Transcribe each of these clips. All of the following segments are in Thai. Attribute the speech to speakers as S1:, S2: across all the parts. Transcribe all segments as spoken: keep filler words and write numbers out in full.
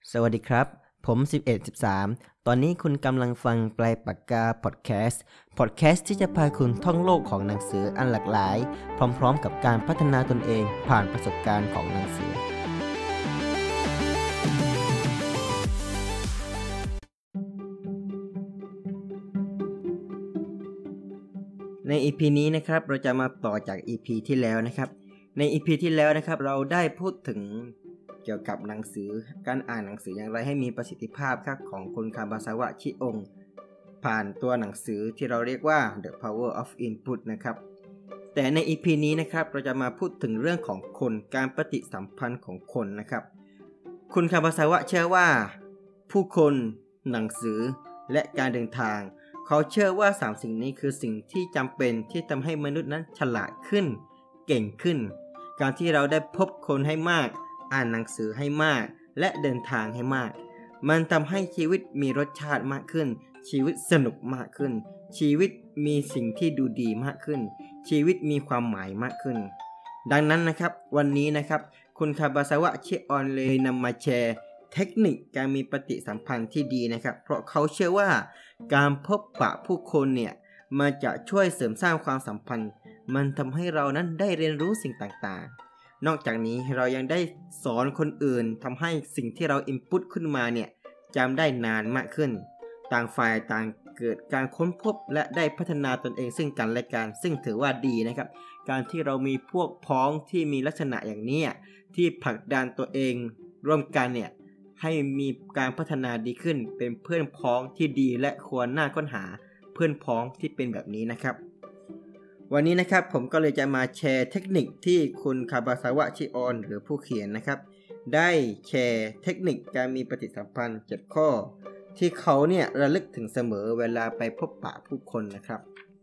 S1: สวัสดีครับผมสิบเอ็ด สิบสามตอนนี้คุณกำลังฟังปลายปากกาพอดแคสต์พอดแคสต์ที่จะพาคุณท่องโลกของหนังสืออันหลากหลายพร้อมๆกับการพัฒนาตนเองผ่านประสบการณ์ของหนังสือใน อี พี นี้นะครับเราจะมาต่อจาก อี พี ที่แล้วนะครับใน อี พี ที่แล้วนะครับเราได้พูดถึงเกี่ยวกับหนังสือการอ่านหนังสืออย่างไรให้มีประสิทธิภาพครับของคุณคาบาซาวะชิองผ่านตัวหนังสือที่เราเรียกว่า The Power of Input นะครับแต่ใน อี พี นี้นะครับเราจะมาพูดถึงเรื่องของคนการปฏิสัมพันธ์ของคนนะครับคุณคาบาซาวะเชื่อว่าผู้คนหนังสือและการเดินทางเขาเชื่อว่าสามสิ่งนี้คือสิ่งที่จำเป็นที่ทำให้มนุษย์นั้นฉลาดขึ้นเก่งขึ้นการที่เราได้พบคนให้มากอ่านหนังสือให้มากและเดินทางให้มากมันทำให้ชีวิตมีรสชาติมากขึ้นชีวิตสนุกมากขึ้นชีวิตมีสิ่งที่ดูดีมากขึ้นชีวิตมีความหมายมากขึ้นดังนั้นนะครับวันนี้นะครับคุณคาบาซาวะชิออนเลยนำมาแชร์เทคนิคการมีปฏิสัมพันธ์ที่ดีนะครับเพราะเขาเชื่อว่าการพบปะผู้คนเนี่ยมันจะช่วยเสริมสร้างความสัมพันธ์มันทำให้เรานั้นได้เรียนรู้สิ่งต่างๆนอกจากนี้เรายังได้สอนคนอื่นทำให้สิ่งที่เราอินพุตขึ้นมาเนี่ยจำได้นานมากขึ้นต่างฝ่ายต่างเกิดการค้นพบและได้พัฒนาตนเองซึ่งกันและกันซึ่งถือว่าดีนะครับการที่เรามีพวกพ้องที่มีลักษณะอย่างนี้ที่ผลักดันตัวเองร่วมกันเนี่ยให้มีการพัฒนาดีขึ้นเป็นเพื่อนพ้องที่ดีและควรน่าค้นหาเพื่อนพ้องที่เป็นแบบนี้นะครับวันนี้นะครับผมก็เลยจะมาแชร์เทคนิคที่คุณคาบาซาวะชิออนหรือผู้เขียนนะครับได้แชร์เทคนิคการมีปฏิสัมพันธ์เจ็ดข้อที่เขาเนี่ยระลึกถึงเสมอเวลาไปพบปะผู้คนนะครับ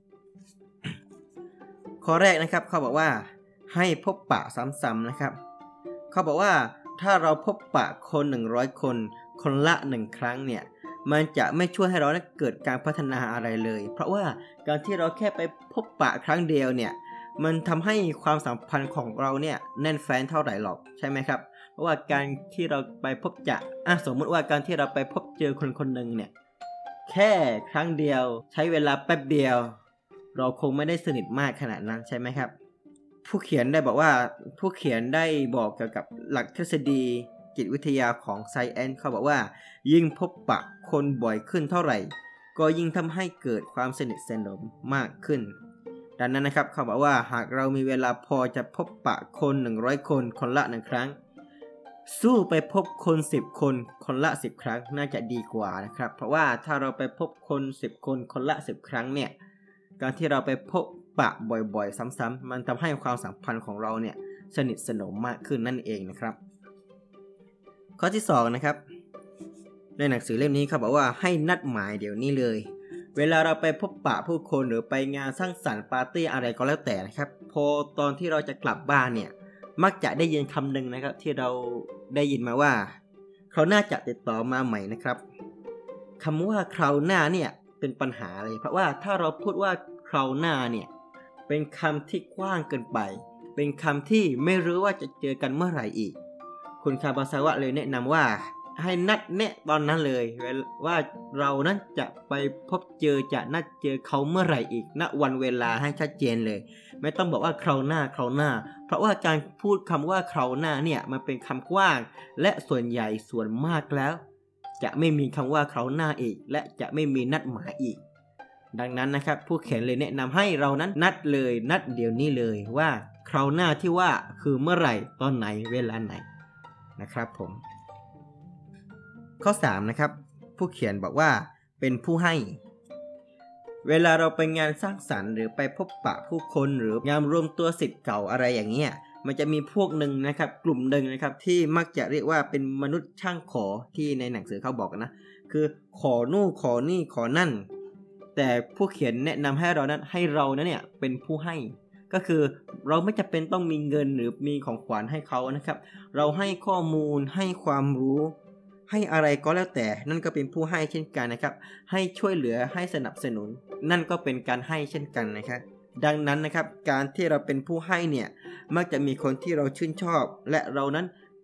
S1: ข้อแรกนะครับเขาบอกว่าให้พบปะซ้ำๆนะครับเขาบอกว่าถ้าเราพบปะคนหนึ่งร้อยคนคนละหนึ่งครั้งเนี่ยมันจะไม่ช่วยให้เราเกิดการพัฒนาอะไรเลยเพราะว่าการที่เราแค่ไปพบปะครั้งเดียวเนี่ยมันทำให้ความสัมพันธ์ของเราเนี่ยแน่นแฟ้นเท่าไหร่หรอกใช่ไหมครับเพราะว่าการที่เราไปพบเจออ่ะสมมติว่าการที่เราไปพบเจอคนคนหนึ่งเนี่ยแค่ครั้งเดียวใช้เวลาแป๊บเดียวเราคงไม่ได้สนิทมากขนาดนั้นใช่ไหมครับผู้เขียนได้บอกว่าผู้เขียนได้บอกเกี่ยวกับหลักทฤษฎีจิตวิทยาของไซแอนเขาบอกว่ายิ่งพบปะคนบ่อยขึ้นเท่าไหร่ก็ยิ่งทำให้เกิดความสนิทสนมมากขึ้นดังนั้นนะครับเขาบอกว่าหากเรามีเวลาพอจะพบปะคนหนึ่งร้อยคนคนละหนึ่งครั้งสู้ไปพบคนสิบคนคนละสิบครั้งน่าจะดีกว่านะครับเพราะว่าถ้าเราไปพบคนสิบคนคนละสิบครั้งเนี่ยการที่เราไปพบปะบ่อยๆซ้ำๆมันทำให้ความสัมพันธ์ของเราเนี่ยสนิทสนมมากขึ้นนั่นเองนะครับข้อที่สองนะครับในหนังสือเล่มนี้เขาบอกว่าให้นัดหมายเดี๋ยวนี้เลยเวลาเราไปพบปะผู้คนหรือไปงานสร้างสรรค์ปาร์ตี้อะไรก็แล้วแต่นะครับพอตอนที่เราจะกลับบ้านเนี่ยมักจะได้ยินคำหนึ่งนะครับที่เราได้ยินมาว่าคราวหน้าจะติดต่อมาใหม่นะครับคำว่าคราวหน้าเนี่ยเป็นปัญหาเลยเพราะว่าถ้าเราพูดว่าคราวหน้าเนี่ยเป็นคำที่กว้างเกินไปเป็นคำที่ไม่รู้ว่าจะเจอกันเมื่อไหร่อีกคุณคาบาซาวะเลยแนะนำว่าให้นัดแนะตอนนั้นเลยว่าเรานั้นจะไปพบเจอจะนัดเจอเขาเมื่อไหร่อีกณวันเวลาให้ชัดเจนเลยไม่ต้องบอกว่าคราวหน้าคราวหน้าเพราะว่าการพูดคำว่าคราวหน้าเนี่ยมันเป็นคำกว้างและส่วนใหญ่ส่วนมากแล้วจะไม่มีคำว่าคราวหน้าอีกและจะไม่มีนัดหมายอีกดังนั้นนะครับผู้เขียนเลยแนะนำให้เรานั้นนัดเลยนัดเดี๋ยวนี้เลยว่าคราวหน้าที่ว่าคือเมื่อไหร่ตอนไหนเวลาไหนนะครับผมข้อสามนะครับผู้เขียนบอกว่าเป็นผู้ให้เวลาเราไปงานสร้างสรรค์หรือไปพบปะผู้คนหรืองานรวมตัวศิษย์เก่าอะไรอย่างเงี้ยมันจะมีพวกหนึ่งนะครับกลุ่มหนึ่งนะครับที่มักจะเรียกว่าเป็นมนุษย์ช่างขอที่ในหนังสือเขาบอกนะคือขอนู่นขอนี่ขอนั่นแต่ผู้เขียนแนะนำให้เรานั้นให้เรานั้นเนี่ยเป็นผู้ให้ก็คือเราไม่จำเป็นต้องมีเงินหรือมีของขวัญให้เขานะครับเราให้ข้อมูลให้ความรู้ให้อะไรก็แล้วแต่นั่นก็เป็นผู้ให้เช่นกันนะครับให้ช่วยเหลือให้สนับสนุนนั่นก็เป็นการให้เช่นกันนะครับดังนั้นนะครับการที่เราเป็นผู้ให้เนี่ยมักจะมีคนที่เราชื่นชอบและเรานั้น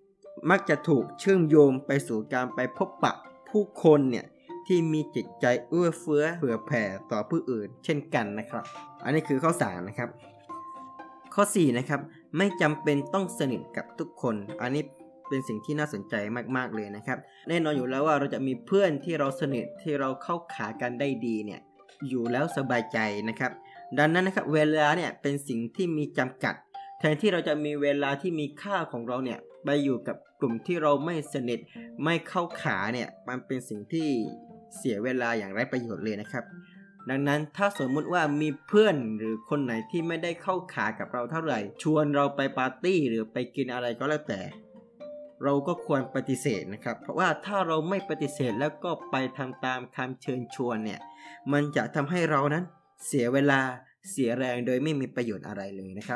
S1: มักจะถูกเชื่อมโยงไปสู่การไปพบปะผู้คนเนี่ยที่มีจิตใจเอื้อเฟื้อเผื่อแผ่ต่อผู้อื่นเช่นกันนะครับอันนี้คือข้อสามนะครับข้อสี่นะครับไม่จำเป็นต้องสนิทกับทุกคนอันนี้เป็นสิ่งที่น่าสนใจมากๆเลยนะครับแน่นอนอยู่แล้วว่าเราจะมีเพื่อนที่เราสนิทที่เราเข้าขากันได้ดีเนี่ยอยู่แล้วสบายใจนะครับดังนั้นนะครับเวลาเนี่ยเป็นสิ่งที่มีจำกัดแทนที่เราจะมีเวลาที่มีค่าของเราเนี่ยไปอยู่กับกลุ่มที่เราไม่สนิทไม่เข้าขาเนี่ยมันเป็นสิ่งที่เสียเวลาอย่างไร้ประโยชน์เลยนะครับดังนั้นถ้าสมมุติว่ามีเพื่อนหรือคนไหนที่ไม่ได้เข้าขากับเราเท่าไหร่ชวนเราไปปาร์ตี้หรือไปกินอะไรก็แล้วแต่เราก็ควรปฏิเสธนะครับเพราะว่าถ้าเราไม่ปฏิเสธแล้วก็ไปทำตามคำเชิญชวนเนี่ยมันจะทำให้เรานั้นเสียเวลาเสียแรงโดยไม่มีประโยชน์อะไรเลยนะครับ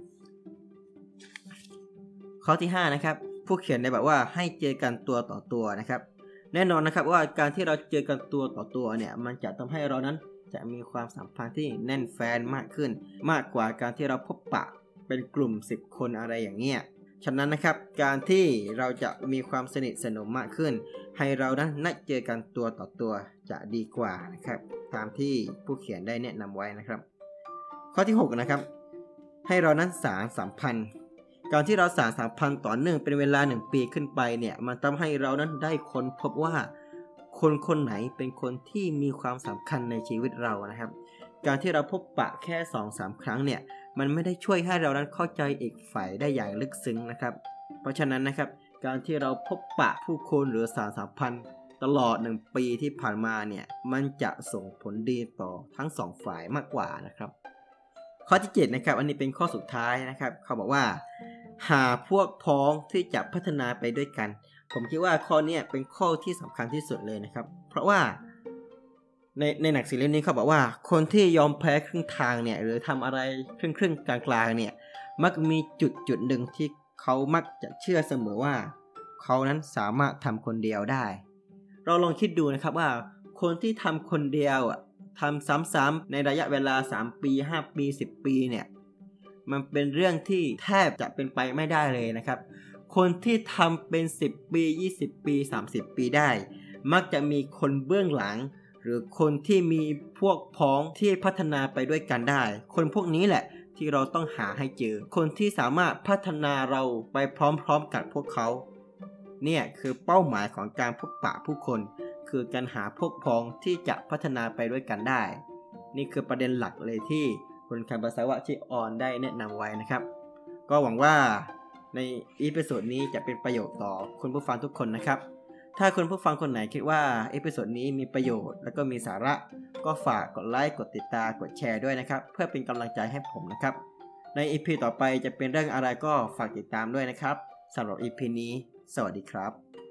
S1: ข้อที่ห้านะครับผู้เขียนได้บอกว่าให้เจอกันตัวต่อตัวนะครับแน่นอนนะครับว่าการที่เราเจอกันตัวต่อตัวเนี่ยมันจะทำให้เรานั้นจะมีความสัมพันธ์ที่แน่นแฟ้นมากขึ้นมากกว่าการที่เราพบปะเป็นกลุ่มสิบคนอะไรอย่างเงี้ยฉะนั้นนะครับการที่เราจะมีความสนิทสนมมากขึ้นให้เรานั้นนัดเจอกันตัวต่อตัวจะดีกว่านะครับตามที่ผู้เขียนได้แนะนำไว้นะครับข้อที่หกนะครับให้เรานั้นสานสัมพันธ์การที่เราสานสัมพันธ์ต่อเนื่องเป็นเวลาหนึ่งปีขึ้นไปเนี่ยมันทำให้เรานั้นได้ค้นพบว่าคนคนไหนเป็นคนที่มีความสำคัญในชีวิตเรานะครับการที่เราพบปะแค่ สองถึงสาม ครั้งเนี่ยมันไม่ได้ช่วยให้เรานั้นเข้าใจอีกฝ่ายได้อย่างลึกซึ้งนะครับเพราะฉะนั้นนะครับการที่เราพบปะผู้คนหรือสานสัมพันธ์ตลอดหนึ่งปีที่ผ่านมาเนี่ยมันจะส่งผลดีต่อทั้งสองฝ่ายมากกว่านะครับข้อที่เจ็ดนะครับอันนี้เป็นข้อสุดท้ายนะครับเขาบอกว่าหาพวกพ้องที่จะพัฒนาไปด้วยกันผมคิดว่าข้อนี้เป็นข้อที่สำคัญที่สุดเลยนะครับเพราะว่าในในหนังสือเล่มนี้เขาบอกว่าคนที่ยอมแพ้ครึ่งทางเนี่ยหรือทำอะไรครึ่งครึ่งกลางๆเนี่ยมักมีจุดจุดหนึ่งที่เขามักจะเชื่อเสมอว่าเขานั้นสามารถทำคนเดียวได้เราลองคิดดูนะครับว่าคนที่ทำคนเดียวอ่ะทำซ้ำๆในระยะเวลาสามปีห้าปีสิบปีเนี่ยมันเป็นเรื่องที่แทบจะเป็นไปไม่ได้เลยนะครับคนที่ทำเป็นสิบปียี่สิบปีสามสิบปีได้มักจะมีคนเบื้องหลังหรือคนที่มีพวกพ้องที่พัฒนาไปด้วยกันได้คนพวกนี้แหละที่เราต้องหาให้เจอคนที่สามารถพัฒนาเราไปพร้อมๆกับพวกเขาเนี่ยคือเป้าหมายของการพบปะผู้คนคือการหาพวกพ้องที่จะพัฒนาไปด้วยกันได้นี่คือประเด็นหลักเลยที่คุณคาบาซาวะชิออนได้แนะนำไว้นะครับก็หวังว่าในอีพิโซดนี้จะเป็นประโยชน์ต่อคุณผู้ฟังทุกคนนะครับถ้าคุณผู้ฟังคนไหนคิดว่าอีพิโซดนี้มีประโยชน์และก็มีสาระก็ฝากกดไลค์กดติดตามกดแชร์ด้วยนะครับเพื่อเป็นกำลังใจให้ผมนะครับใน อี พี ต่อไปจะเป็นเรื่องอะไรก็ฝากติดตามด้วยนะครับสำหรับ อี พี นี้สวัสดีครับ